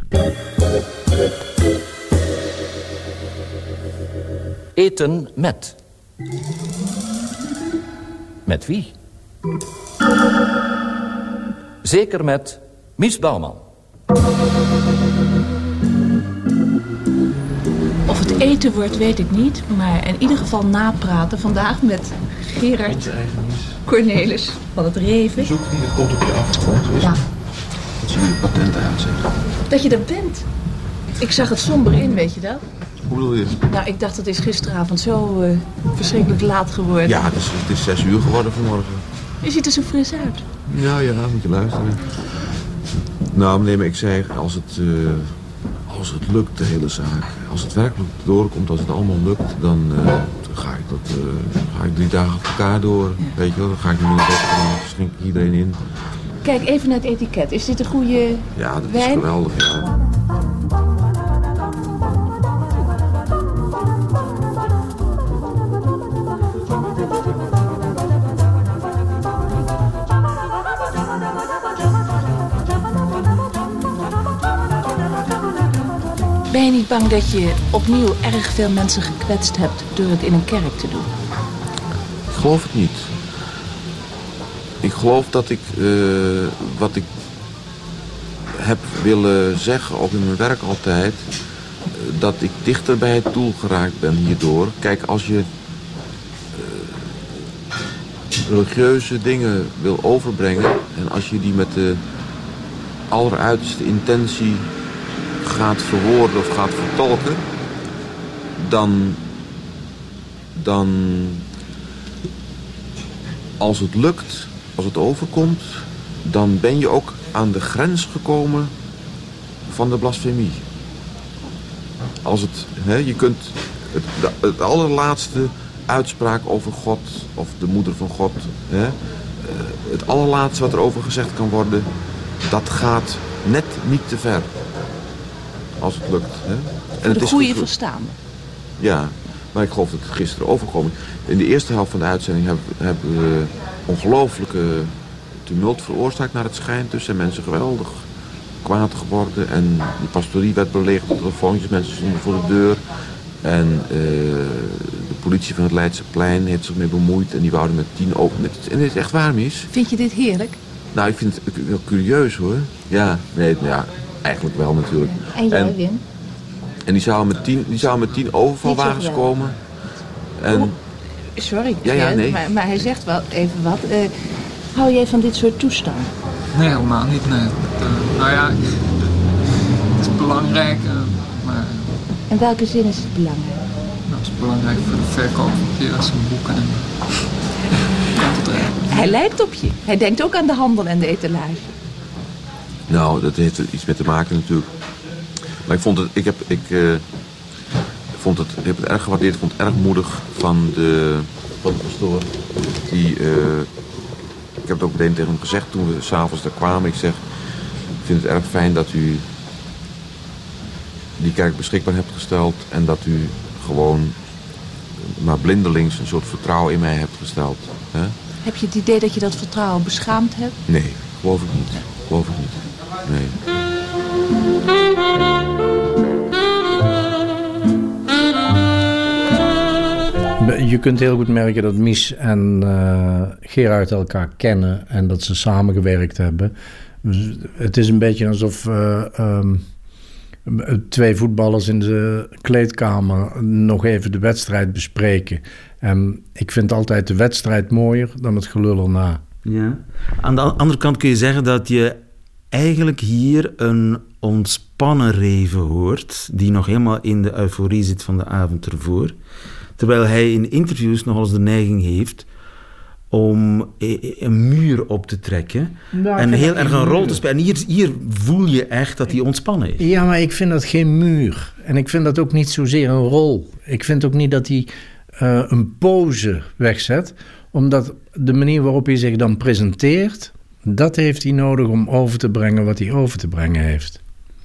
Eten met. Met wie? Zeker met Mies Bouwman. Of het eten wordt, weet ik niet. Maar in ieder geval napraten vandaag met Gerard Cornelis van het Reven. Zoek die, dat komt op je achtergrond. Ja. Dat zie je patenten uitzetten. Dat je er bent. Ik zag het somber in, weet je dat? Hoe bedoel je? Nou, ik dacht, het is gisteravond zo uh, verschrikkelijk laat geworden. Ja, het is, het is zes uur geworden vanmorgen. Je ziet er zo fris uit. Ja, ja, moet je luisteren. Nou, nee, maar ik zei, als het, uh, als het lukt, de hele zaak. Als het werkelijk doorkomt, als het allemaal lukt, dan uh, ga, ik dat, uh, ga ik drie dagen op elkaar door. Ja. Weet je wel, dan ga ik niet meer naar bed en dan schenk ik iedereen in. Kijk even naar het etiket. Is dit een goede Ja, dat wijn? is geweldig, ja. Ben je niet bang dat je opnieuw erg veel mensen gekwetst hebt door het in een kerk te doen? Ik geloof het niet. Ik geloof dat ik uh, wat ik heb willen zeggen, ook in mijn werk altijd, uh, dat ik dichter bij het doel geraakt ben hierdoor. Kijk, als je uh, religieuze dingen wil overbrengen en als je die met de alleruiterste intentie gaat verwoorden of gaat vertolken, dan, dan als het lukt, als het overkomt, dan ben je ook aan de grens gekomen van de blasfemie. Als het, hè, je kunt het, het allerlaatste uitspraak over God of de moeder van God, hè, het allerlaatste wat er over gezegd kan worden, dat gaat net niet te ver. Als het lukt. Hè. En de het goede is verstaande. Ja, maar ik geloof dat het gisteren overkomen. In de eerste helft van de uitzending hebben, hebben we ongelooflijke tumult veroorzaakt naar het schijnt. Dus zijn mensen geweldig kwaad geworden. En de pastorie werd belegerd, de telefoontjes, mensen stonden voor de deur. En uh, de politie van het Leidseplein heeft zich mee bemoeid. En die wouden met tien open. En dit is echt waar, Mies. Vind je dit heerlijk? Nou, ik vind het wel curieus, hoor. Ja, nee, ja, eigenlijk wel natuurlijk. En jij, en, Wim? En die zouden met tien, die zouden met tien overvalwagens komen. En... Oh, sorry, ja, ja, nee. maar, maar hij zegt wel even wat. Uh, hou jij van dit soort toestanden? Nee, helemaal niet. Nee. Uh, nou ja, het is belangrijk, uh, maar... In welke zin is het belangrijk? Nou, het is belangrijk voor de verkoop van Gerard's boeken en... Hij lijkt op je. Hij denkt ook aan de handel en de etalage. Nou, dat heeft er iets mee te maken natuurlijk. Maar ik vond het, ik heb, ik, uh, vond het, ik heb het erg gewaardeerd, ik vond het erg moedig van de, van de pastoor. Die, uh, ik heb het ook meteen tegen hem gezegd toen we s'avonds daar kwamen. Ik zeg, ik vind het erg fijn dat u die kerk beschikbaar hebt gesteld. En dat u gewoon maar blindelings een soort vertrouwen in mij hebt gesteld. Hè? Heb je het idee dat je dat vertrouwen beschaamd hebt? Nee, geloof ik niet. Geloof ik niet. Nee. Je kunt heel goed merken dat Mies en uh, Gerard elkaar kennen en dat ze samengewerkt hebben. Het is een beetje alsof uh, um, twee voetballers in de kleedkamer nog even de wedstrijd bespreken. En ik vind altijd de wedstrijd mooier dan het gelul erna. Ja. Aan de andere kant kun je zeggen dat je eigenlijk hier een ontspannen Reven hoort, die nog helemaal in de euforie zit van de avond ervoor. Terwijl hij in interviews nog eens de neiging heeft om een muur op te trekken nou, en heel erg een rol te spelen. En hier, hier voel je echt dat hij ontspannen is. Ja, maar ik vind dat geen muur. En ik vind dat ook niet zozeer een rol. Ik vind ook niet dat hij uh, een pose wegzet, omdat de manier waarop hij zich dan presenteert, dat heeft hij nodig om over te brengen wat hij over te brengen heeft.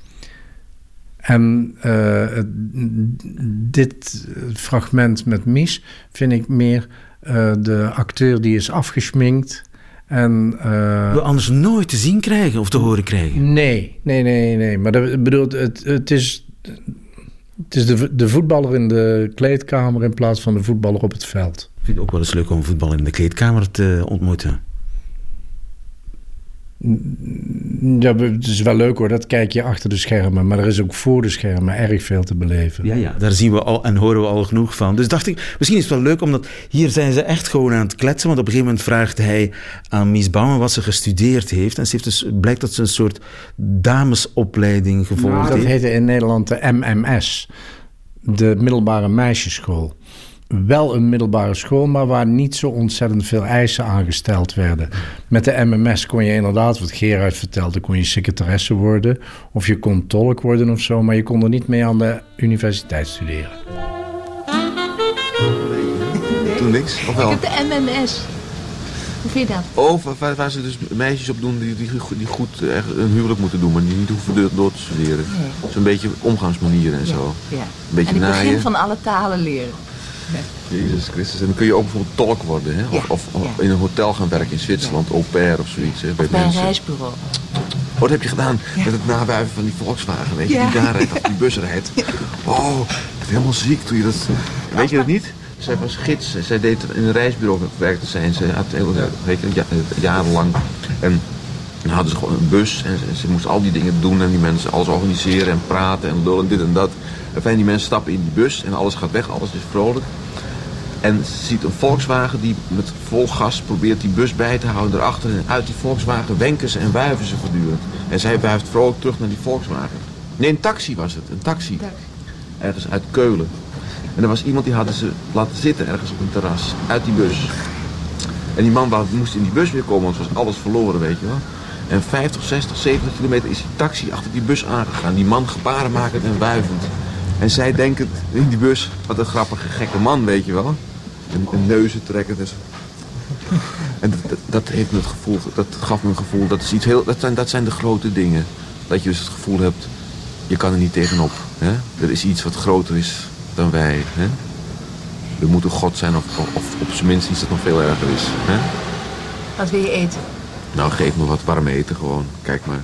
En uh, dit fragment met Mies vind ik meer uh, de acteur die is afgeschminkt. En, uh, we anders nooit te zien krijgen of te horen krijgen. Nee, nee, nee, nee. Maar dat bedoelt, het, het is, het is de, de voetballer in de kleedkamer in plaats van de voetballer op het veld. Ik vind het ook wel eens leuk om een voetballer in de kleedkamer te ontmoeten. Ja, het is wel leuk hoor, dat kijk je achter de schermen. Maar er is ook voor de schermen erg veel te beleven. Ja, ja, daar zien we al en horen we al genoeg van. Dus dacht ik, misschien is het wel leuk, omdat hier zijn ze echt gewoon aan het kletsen. Want op een gegeven moment vraagt hij aan Mies Bouwman wat ze gestudeerd heeft. En ze heeft dus, blijkt dat ze een soort damesopleiding gevolgd nou, heeft. Dat heette in Nederland de M M S, de middelbare meisjesschool. Wel een middelbare school, maar waar niet zo ontzettend veel eisen aangesteld werden. Met de M M S kon je inderdaad, wat Gerard vertelde, kon je secretaresse worden of je kon tolk worden of zo, maar je kon er niet mee aan de universiteit studeren. Toen niks? Of wel? Ik heb de M M S. Hoe vind je dat? Oh, waar, waar ze dus meisjes op doen die, die, die goed een huwelijk moeten doen, maar die niet hoeven door, door te studeren. Nee. Zo'n beetje omgangsmanieren en zo. Ja, ja. Een beetje en die naaien. begin van alle talen leren. Nee. Jezus Christus. En dan kun je ook bijvoorbeeld tolk worden. Hè? Ja. Of, of ja. in een hotel gaan werken in Zwitserland. Ja. Au pair of zoiets. Hè? Bij, of bij mensen. een reisbureau. Oh, dat heb je gedaan. Ja. Met het nawuiven van die Volkswagen. Weet je, ja. Die daar rijdt, of die bus rijdt. Oh, ik ben helemaal ziek toen je dat... Weet je dat niet? Zij was gids. Zij deed in een reisbureau werkte zijn. Ze had heel, weet je, ja, jarenlang. En dan hadden ze gewoon een bus. En ze, ze moesten al die dingen doen. En die mensen alles organiseren en praten en lullen en dit en dat. En fijn, die mensen stappen in die bus en alles gaat weg. Alles is vrolijk. En ze ziet een Volkswagen die met vol gas probeert die bus bij te houden erachter. En uit die Volkswagen wenken ze en wuiven ze voortdurend. En zij wuift vrolijk terug naar die Volkswagen. Nee, een taxi was het. Een taxi. Ergens uit Keulen. En er was iemand die hadden ze laten zitten ergens op een terras. Uit die bus. En die man moest in die bus weer komen, want het was alles verloren, weet je wel. En vijftig, zestig, zeventig kilometer is die taxi achter die bus aangegaan. Die man gebaren makend en wuivend. En zij denken in die bus, wat een grappige gekke man, weet je wel. En, en neuzen trekken. Dus. En dat, dat, dat, heeft me het gevoel, dat gaf me een gevoel, dat, is iets heel, dat, zijn, dat zijn de grote dingen. Dat je dus het gevoel hebt, je kan er niet tegenop. Hè? Er is iets wat groter is dan wij. Hè? We moeten God zijn of, of, of op zijn minst iets dat nog veel erger is. Hè? Wat wil je eten? Nou, geef me wat warm eten gewoon. Kijk maar.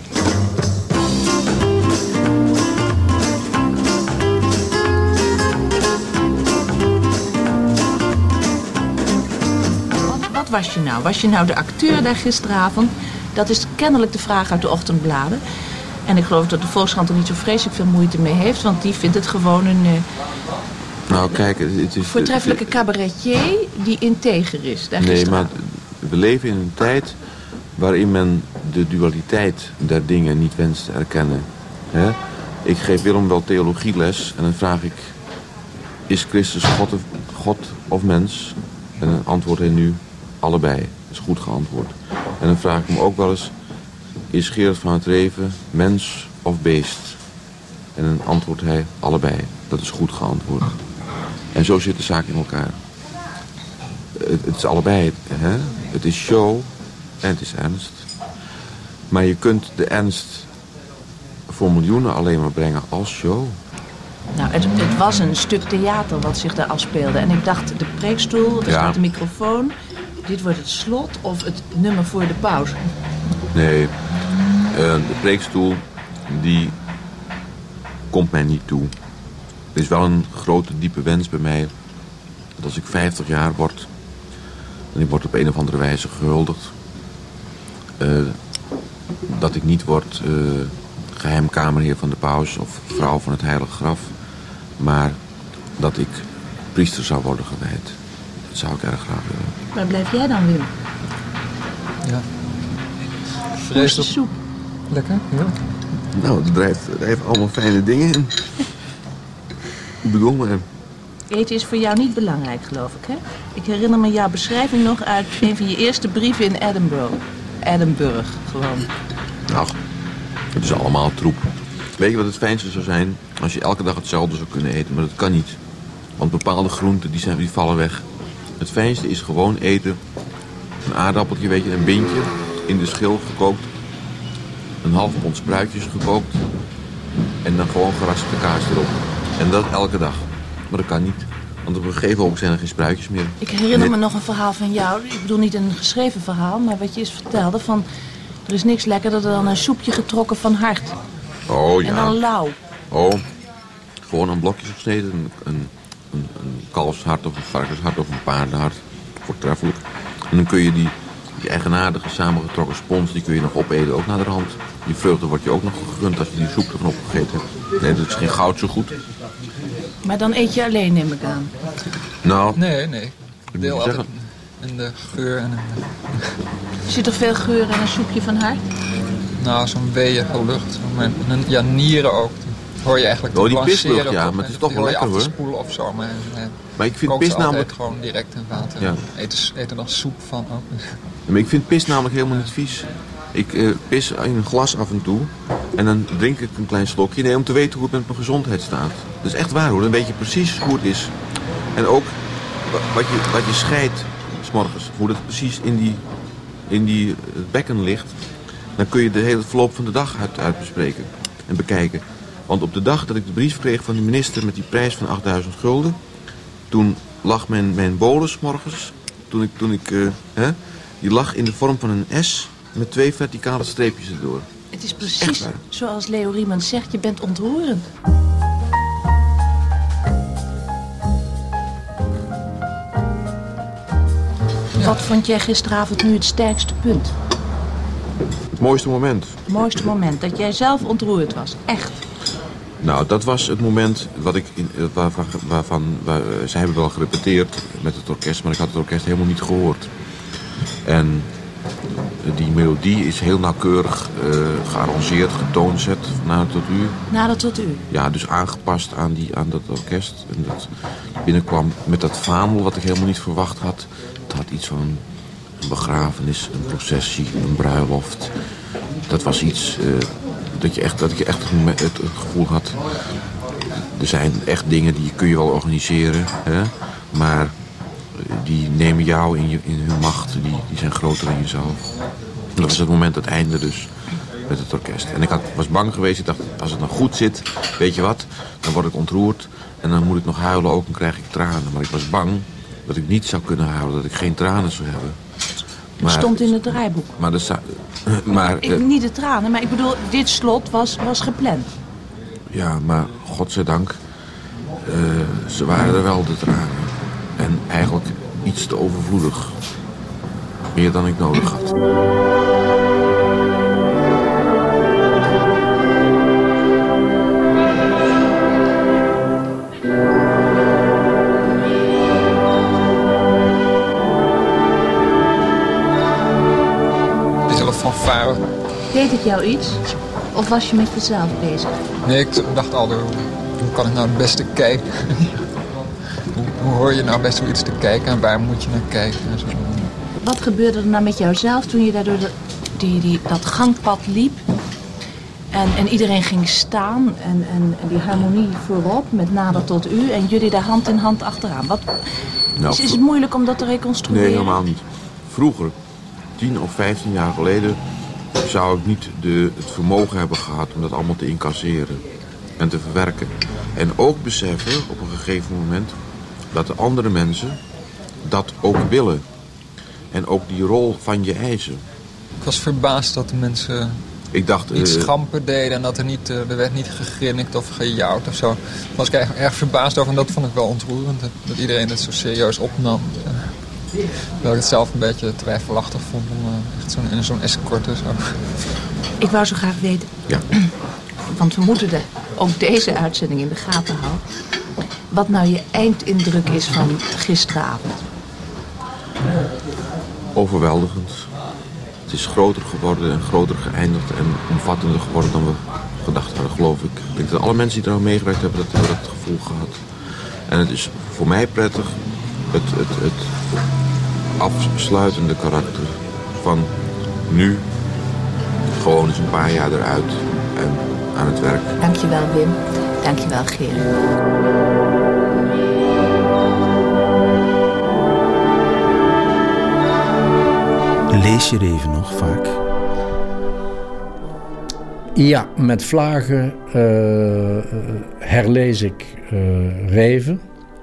Wat was je nou? Was je nou de acteur daar gisteravond? Dat is kennelijk de vraag uit de ochtendbladen. En ik geloof dat de Volkskrant er niet zo vreselijk veel moeite mee heeft, want die vindt het gewoon een... Uh, nou, kijk, het is... voortreffelijke cabaretier die integer is. Daar nee, maar we leven in een tijd waarin men de dualiteit der dingen niet wenst te erkennen. Hè? Ik geef Willem wel theologieles en dan vraag ik, is Christus God of, God of mens? En dan antwoordt hij nu, allebei. Dat is goed geantwoord. En dan vraag ik hem ook wel eens, is Gerard van het Reven mens of beest? En dan antwoordt hij, allebei. Dat is goed geantwoord. En zo zit de zaak in elkaar. Het, het is allebei. Hè? Het is show en het is ernst. Maar je kunt de ernst voor miljoenen alleen maar brengen als show. Nou, het, het was een stuk theater wat zich daar afspeelde. En ik dacht, de preekstoel, er staat de microfoon. Dit wordt het slot of het nummer voor de pauze. Nee, uh, de preekstoel, die komt mij niet toe. Er is wel een grote, diepe wens bij mij, dat als ik vijftig jaar word, en ik word op een of andere wijze gehuldigd, uh, dat ik niet word uh, geheim kamerheer van de paus of vrouw van het heilige graf. Maar dat ik priester zou worden gewijd. Dat zou ik erg graag willen. Waar blijf jij dan, Wim? Ja. Hoe is de soep? Lekker, ja. Nou, het drijft, er heeft allemaal fijne dingen in. Ik bedoel maar... Eten is voor jou niet belangrijk, geloof ik, hè? Ik herinner me jouw beschrijving nog uit een van je eerste brieven in Edinburgh. Edinburgh, gewoon. Nou, het is allemaal troep. Weet je wat het fijnste zou zijn? Als je elke dag hetzelfde zou kunnen eten, maar dat kan niet. Want bepaalde groenten, die, zijn, die vallen weg. Het fijnste is gewoon eten. Een aardappeltje, weet je, een bintje in de schil gekookt. Een half pond spruitjes gekookt. En dan gewoon geraspte kaas erop. En dat elke dag. Maar dat kan niet. Want op een gegeven moment zijn er geen spruitjes meer. Ik herinner me nog een verhaal van jou. Ik bedoel niet een geschreven verhaal, maar wat je eens vertelde van... Er is niks lekkerder dan een soepje getrokken van hart. Oh ja. En dan lauw. Oh, gewoon een blokjes gesneden. Een, een, een, een kalfshart of een varkenshart of een paardenhart. Voortreffelijk. En dan kun je die, die eigenaardige samengetrokken spons, die kun je nog opeten, ook naar de hand. Die vreugde wordt je ook nog gegund als je die soep ervan opgegeten hebt. Nee, dat is geen goud zo goed. Maar dan eet je alleen, neem ik aan. Nou. Nee, nee. Ik deel altijd in de geur en in de... Zit er veel geur in een soepje van hart? Nou, zo'n weeige lucht. En ja, nieren ook. Hoor je eigenlijk oh, die pislucht, ja, maar het is toch wel lekker, hoor. Spoelen of zo, maar, maar ik vind pis namelijk gewoon direct in water. Ja. Eten, eten er soep van ook. Ja, maar ik vind pis namelijk helemaal niet vies. Ik uh, pis in een glas af en toe en dan drink ik een klein slokje. Nee, om te weten hoe het met mijn gezondheid staat. Dat is echt waar, hoor. Dan weet je precies hoe het is. En ook wat je, wat je scheidt 's morgens, hoe dat precies in die, in die het bekken ligt. Dan kun je de hele verloop van de dag uit, uit bespreken en bekijken. Want op de dag dat ik de brief kreeg van de minister met die prijs van achtduizend gulden... toen lag mijn, mijn bolus morgens, toen ik, toen ik uh, hè, die lag in de vorm van een S met twee verticale streepjes erdoor. Het is precies zoals Leo Riemens zegt, je bent ontroerend. Ja. Wat vond jij gisteravond nu het sterkste punt? Het mooiste moment. Het mooiste moment, dat jij zelf ontroerd was, echt. Nou, dat was het moment wat ik in, waarvan, waarvan waar, ze hebben wel gerepeteerd met het orkest, maar ik had het orkest helemaal niet gehoord. En die melodie is heel nauwkeurig uh, gearrangeerd, getoonzet, van nader tot u. Nader tot u? Ja, dus aangepast aan, die, aan dat orkest. En dat binnenkwam met dat vaandel wat ik helemaal niet verwacht had. Het had iets van een begrafenis, een processie, een bruiloft. Dat was iets uh, dat, je echt, dat ik echt het, het gevoel had. Er zijn echt dingen die kun je wel organiseren, hè? Maar die nemen jou in, je, in hun macht, die, die zijn groter dan jezelf. En dat was het moment, het einde dus, met het orkest. En ik had, was bang geweest, ik dacht, als het nou goed zit, weet je wat, dan word ik ontroerd. En dan moet ik nog huilen ook, dan krijg ik tranen. Maar ik was bang dat ik niet zou kunnen huilen, dat ik geen tranen zou hebben. Maar, het stond in het draaiboek. Maar, de, maar ik, niet de tranen, maar ik bedoel, dit slot was, was gepland. Ja, maar godzijdank, uh, ze waren er wel, de tranen. En eigenlijk iets te overvloedig. Meer dan ik nodig had. Dit hele fanfare. Deed het jou iets? Of was je met jezelf bezig? Nee, ik dacht altijd, hoe kan ik nou het beste kijken? Hoe hoor je nou best wel iets te kijken en waar moet je naar kijken? En zo. Wat gebeurde er nou met jouzelf toen je daar door de, die, die, dat gangpad liep? En, en iedereen ging staan en, en, en die harmonie voorop met nader tot u en jullie daar hand in hand achteraan. Wat, nou, is, is het moeilijk om dat te reconstrueren? Nee, helemaal niet. Vroeger, tien of vijftien jaar geleden, zou ik niet de, het vermogen hebben gehad om dat allemaal te incasseren en te verwerken. En ook beseffen op een gegeven moment dat de andere mensen dat ook willen. En ook die rol van je eisen. Ik was verbaasd dat de mensen ik dacht, iets uh, schamper deden en dat er, niet, uh, er werd niet gegrinnikt of gejouwd of zo. Daar was ik erg, erg verbaasd over en dat vond ik wel ontroerend. Dat, dat iedereen het zo serieus opnam. Ja. Terwijl ik het zelf een beetje twijfelachtig vond om uh, echt zo'n, in zo'n escorte zo. Ik wou zo graag weten. Ja. want we moeten de, ook deze uitzending in de gaten houden. Wat nou je eindindruk is van gisteravond? Overweldigend. Het is groter geworden en groter geëindigd en omvattender geworden dan we gedacht hadden, geloof ik. Ik denk dat alle mensen die er aan meegewerkt hebben, dat hebben dat gevoel gehad. En het is voor mij prettig het, het, het afsluitende karakter van nu gewoon eens een paar jaar eruit en aan het werk. Dankjewel Wim, dankjewel Gerard. Lees je Reven nog vaak? Ja, met vlagen uh, herlees ik uh, Reven.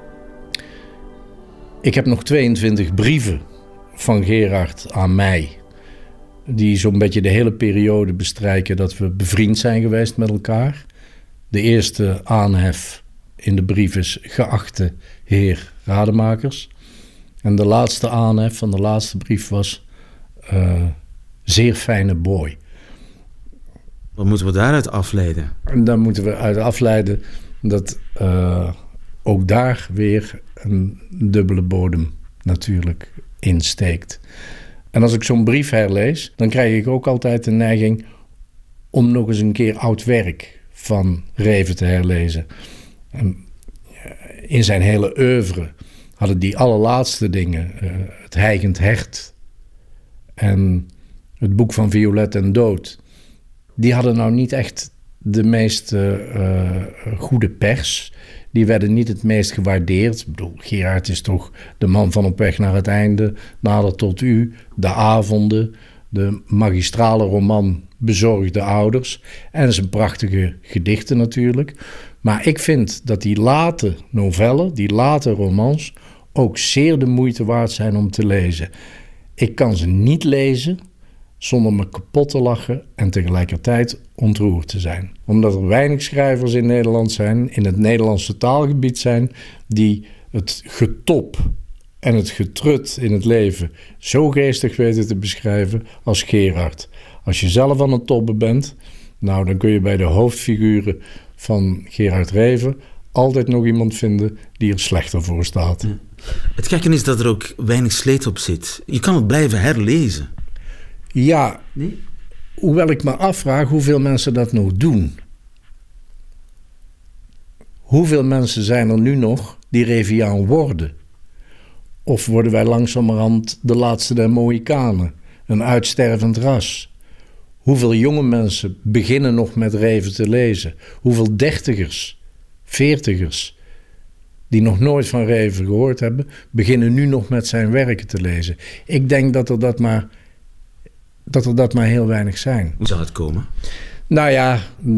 Ik heb nog tweeëntwintig brieven van Gerard aan mij, die zo'n beetje de hele periode bestrijken dat we bevriend zijn geweest met elkaar. De eerste aanhef in de brief is geachte heer Rademakers. En de laatste aanhef van de laatste brief was uh, zeer fijne boy. Wat moeten we daaruit afleiden? En daar moeten we uit afleiden dat uh, ook daar weer een dubbele bodem natuurlijk insteekt. En als ik zo'n brief herlees, dan krijg ik ook altijd de neiging om nog eens een keer oud werk van Reven te herlezen. En in zijn hele oeuvre hadden die allerlaatste dingen, uh, het Hijgend Hert en het boek van Violet en Dood, die hadden nou niet echt de meest uh, goede pers. Die werden niet het meest gewaardeerd. Ik bedoel, Gerard is toch de man van Op weg naar het einde, Nader tot u, De avonden, de magistrale roman Bezorgde ouders en zijn prachtige gedichten natuurlijk. Maar ik vind dat die late novellen, die late romans, ook zeer de moeite waard zijn om te lezen. Ik kan ze niet lezen zonder me kapot te lachen en tegelijkertijd ontroerd te zijn. Omdat er weinig schrijvers in Nederland zijn, in het Nederlandse taalgebied zijn, die het getop en het getrut in het leven zo geestig weten te beschrijven als Gerard. Als je zelf aan het tobben bent, nou dan kun je bij de hoofdfiguren van Gerard Reven altijd nog iemand vinden die er slechter voor staat. Ja. Het gekke is dat er ook weinig sleet op zit. Je kan het blijven herlezen. Ja, nee? Hoewel ik me afvraag hoeveel mensen dat nog doen. Hoeveel mensen zijn er nu nog die Reviaan worden? Of worden wij langzamerhand de laatste der Mohikanen, een uitstervend ras? Hoeveel jonge mensen beginnen nog met Reven te lezen? Hoeveel dertigers, veertigers, die nog nooit van Reven gehoord hebben, beginnen nu nog met zijn werken te lezen? Ik denk dat er dat maar... dat er dat maar heel weinig zijn. Hoe zal het komen? Nou ja,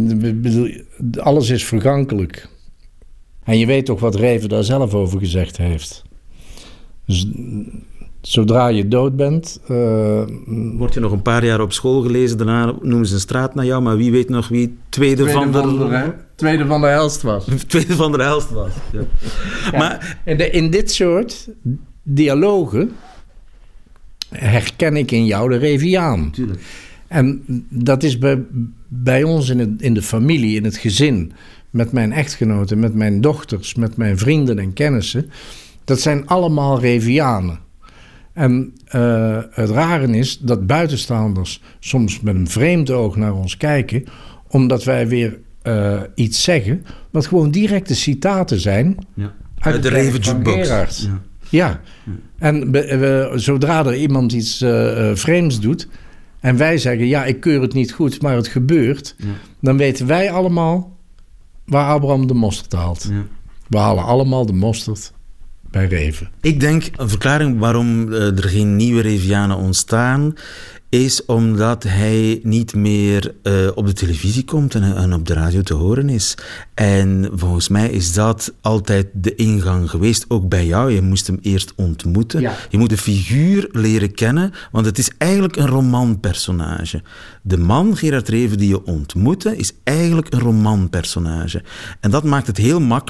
alles is vergankelijk. En je weet toch wat Reven daar zelf over gezegd heeft. Dus, zodra je dood bent... Uh, Word je nog een paar jaar op school gelezen, daarna noemen ze een straat naar jou, maar wie weet nog wie tweede, tweede van, van de... de tweede van de helft was. Tweede van de helft was, ja. Ja, maar in, de, in dit soort dialogen herken ik in jou de Reviaan. Tuurlijk. En dat is bij, bij ons in, het, in de familie, in het gezin, met mijn echtgenoten, met mijn dochters, met mijn vrienden en kennissen. Dat zijn allemaal Revianen. En uh, het rare is dat buitenstaanders soms met een vreemd oog naar ons kijken, omdat wij weer uh, iets zeggen wat gewoon directe citaten zijn, ja. uit, uit de Reven jukebox. Ja. Ja, en we, we, zodra er iemand iets uh, vreemds doet en wij zeggen, ja, ik keur het niet goed, maar het gebeurt, ja. Dan weten wij allemaal waar Abraham de mosterd haalt. Ja. We halen allemaal de mosterd bij Reven. Ik denk, een verklaring waarom uh, er geen nieuwe Revianen ontstaan, is omdat hij niet meer uh, op de televisie komt en, en op de radio te horen is. En volgens mij is dat altijd de ingang geweest, ook bij jou. Je moest hem eerst ontmoeten. Ja. Je moet de figuur leren kennen, want het is eigenlijk een romanpersonage. De man, Gerard Reven, die je ontmoette, is eigenlijk een romanpersonage. En dat maakt het heel makkelijk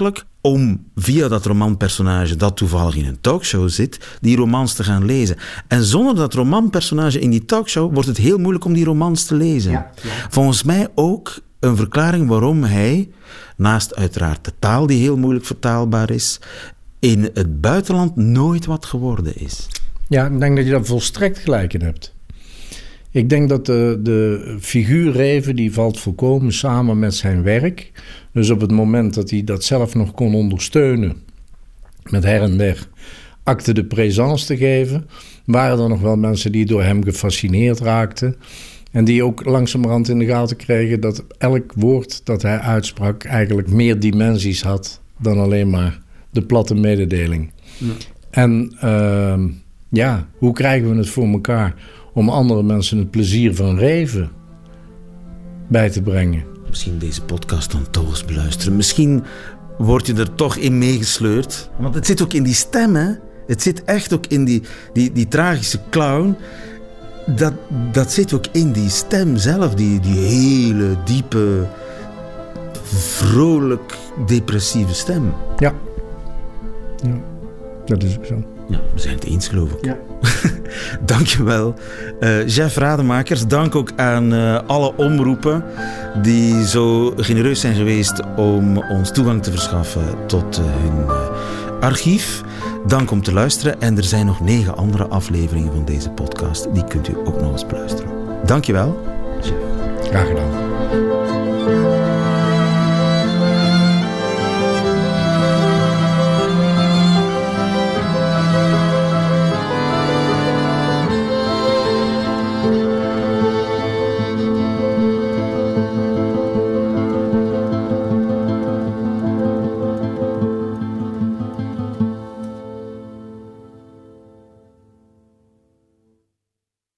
om via dat romanpersonage dat toevallig in een talkshow zit, die romans te gaan lezen. En zonder dat romanpersonage in die talkshow wordt het heel moeilijk om die romans te lezen. Ja, ja. Volgens mij ook een verklaring waarom hij, naast uiteraard de taal die heel moeilijk vertaalbaar is, in het buitenland nooit wat geworden is. Ja, ik denk dat je daar volstrekt gelijk in hebt. Ik denk dat de, de figuur Reven, die valt volkomen samen met zijn werk. Dus op het moment dat hij dat zelf nog kon ondersteunen, met her en der acte de présence te geven, waren er nog wel mensen die door hem gefascineerd raakten. En die ook langzamerhand in de gaten kregen dat elk woord dat hij uitsprak eigenlijk meer dimensies had dan alleen maar de platte mededeling. Ja. En uh, ja, hoe krijgen we het voor elkaar om andere mensen het plezier van Reven bij te brengen? Misschien deze podcast dan toch eens beluisteren. Misschien word je er toch in meegesleurd. Want het zit ook in die stem, hè? Het zit echt ook in die, die, die tragische clown. Dat, dat zit ook in die stem zelf. Die, die hele, diepe, vrolijk, depressieve stem. Ja. Ja, dat is ook zo. Ja, we zijn het eens, geloof ik. Ja. Dankjewel, uh, Jeff Rademakers. Dank ook aan uh, alle omroepen die zo genereus zijn geweest om ons toegang te verschaffen tot uh, hun uh, archief. Dank om te luisteren. En er zijn nog negen andere afleveringen van deze podcast. Die kunt u ook nog eens beluisteren. Dankjewel, Jeff. Graag gedaan.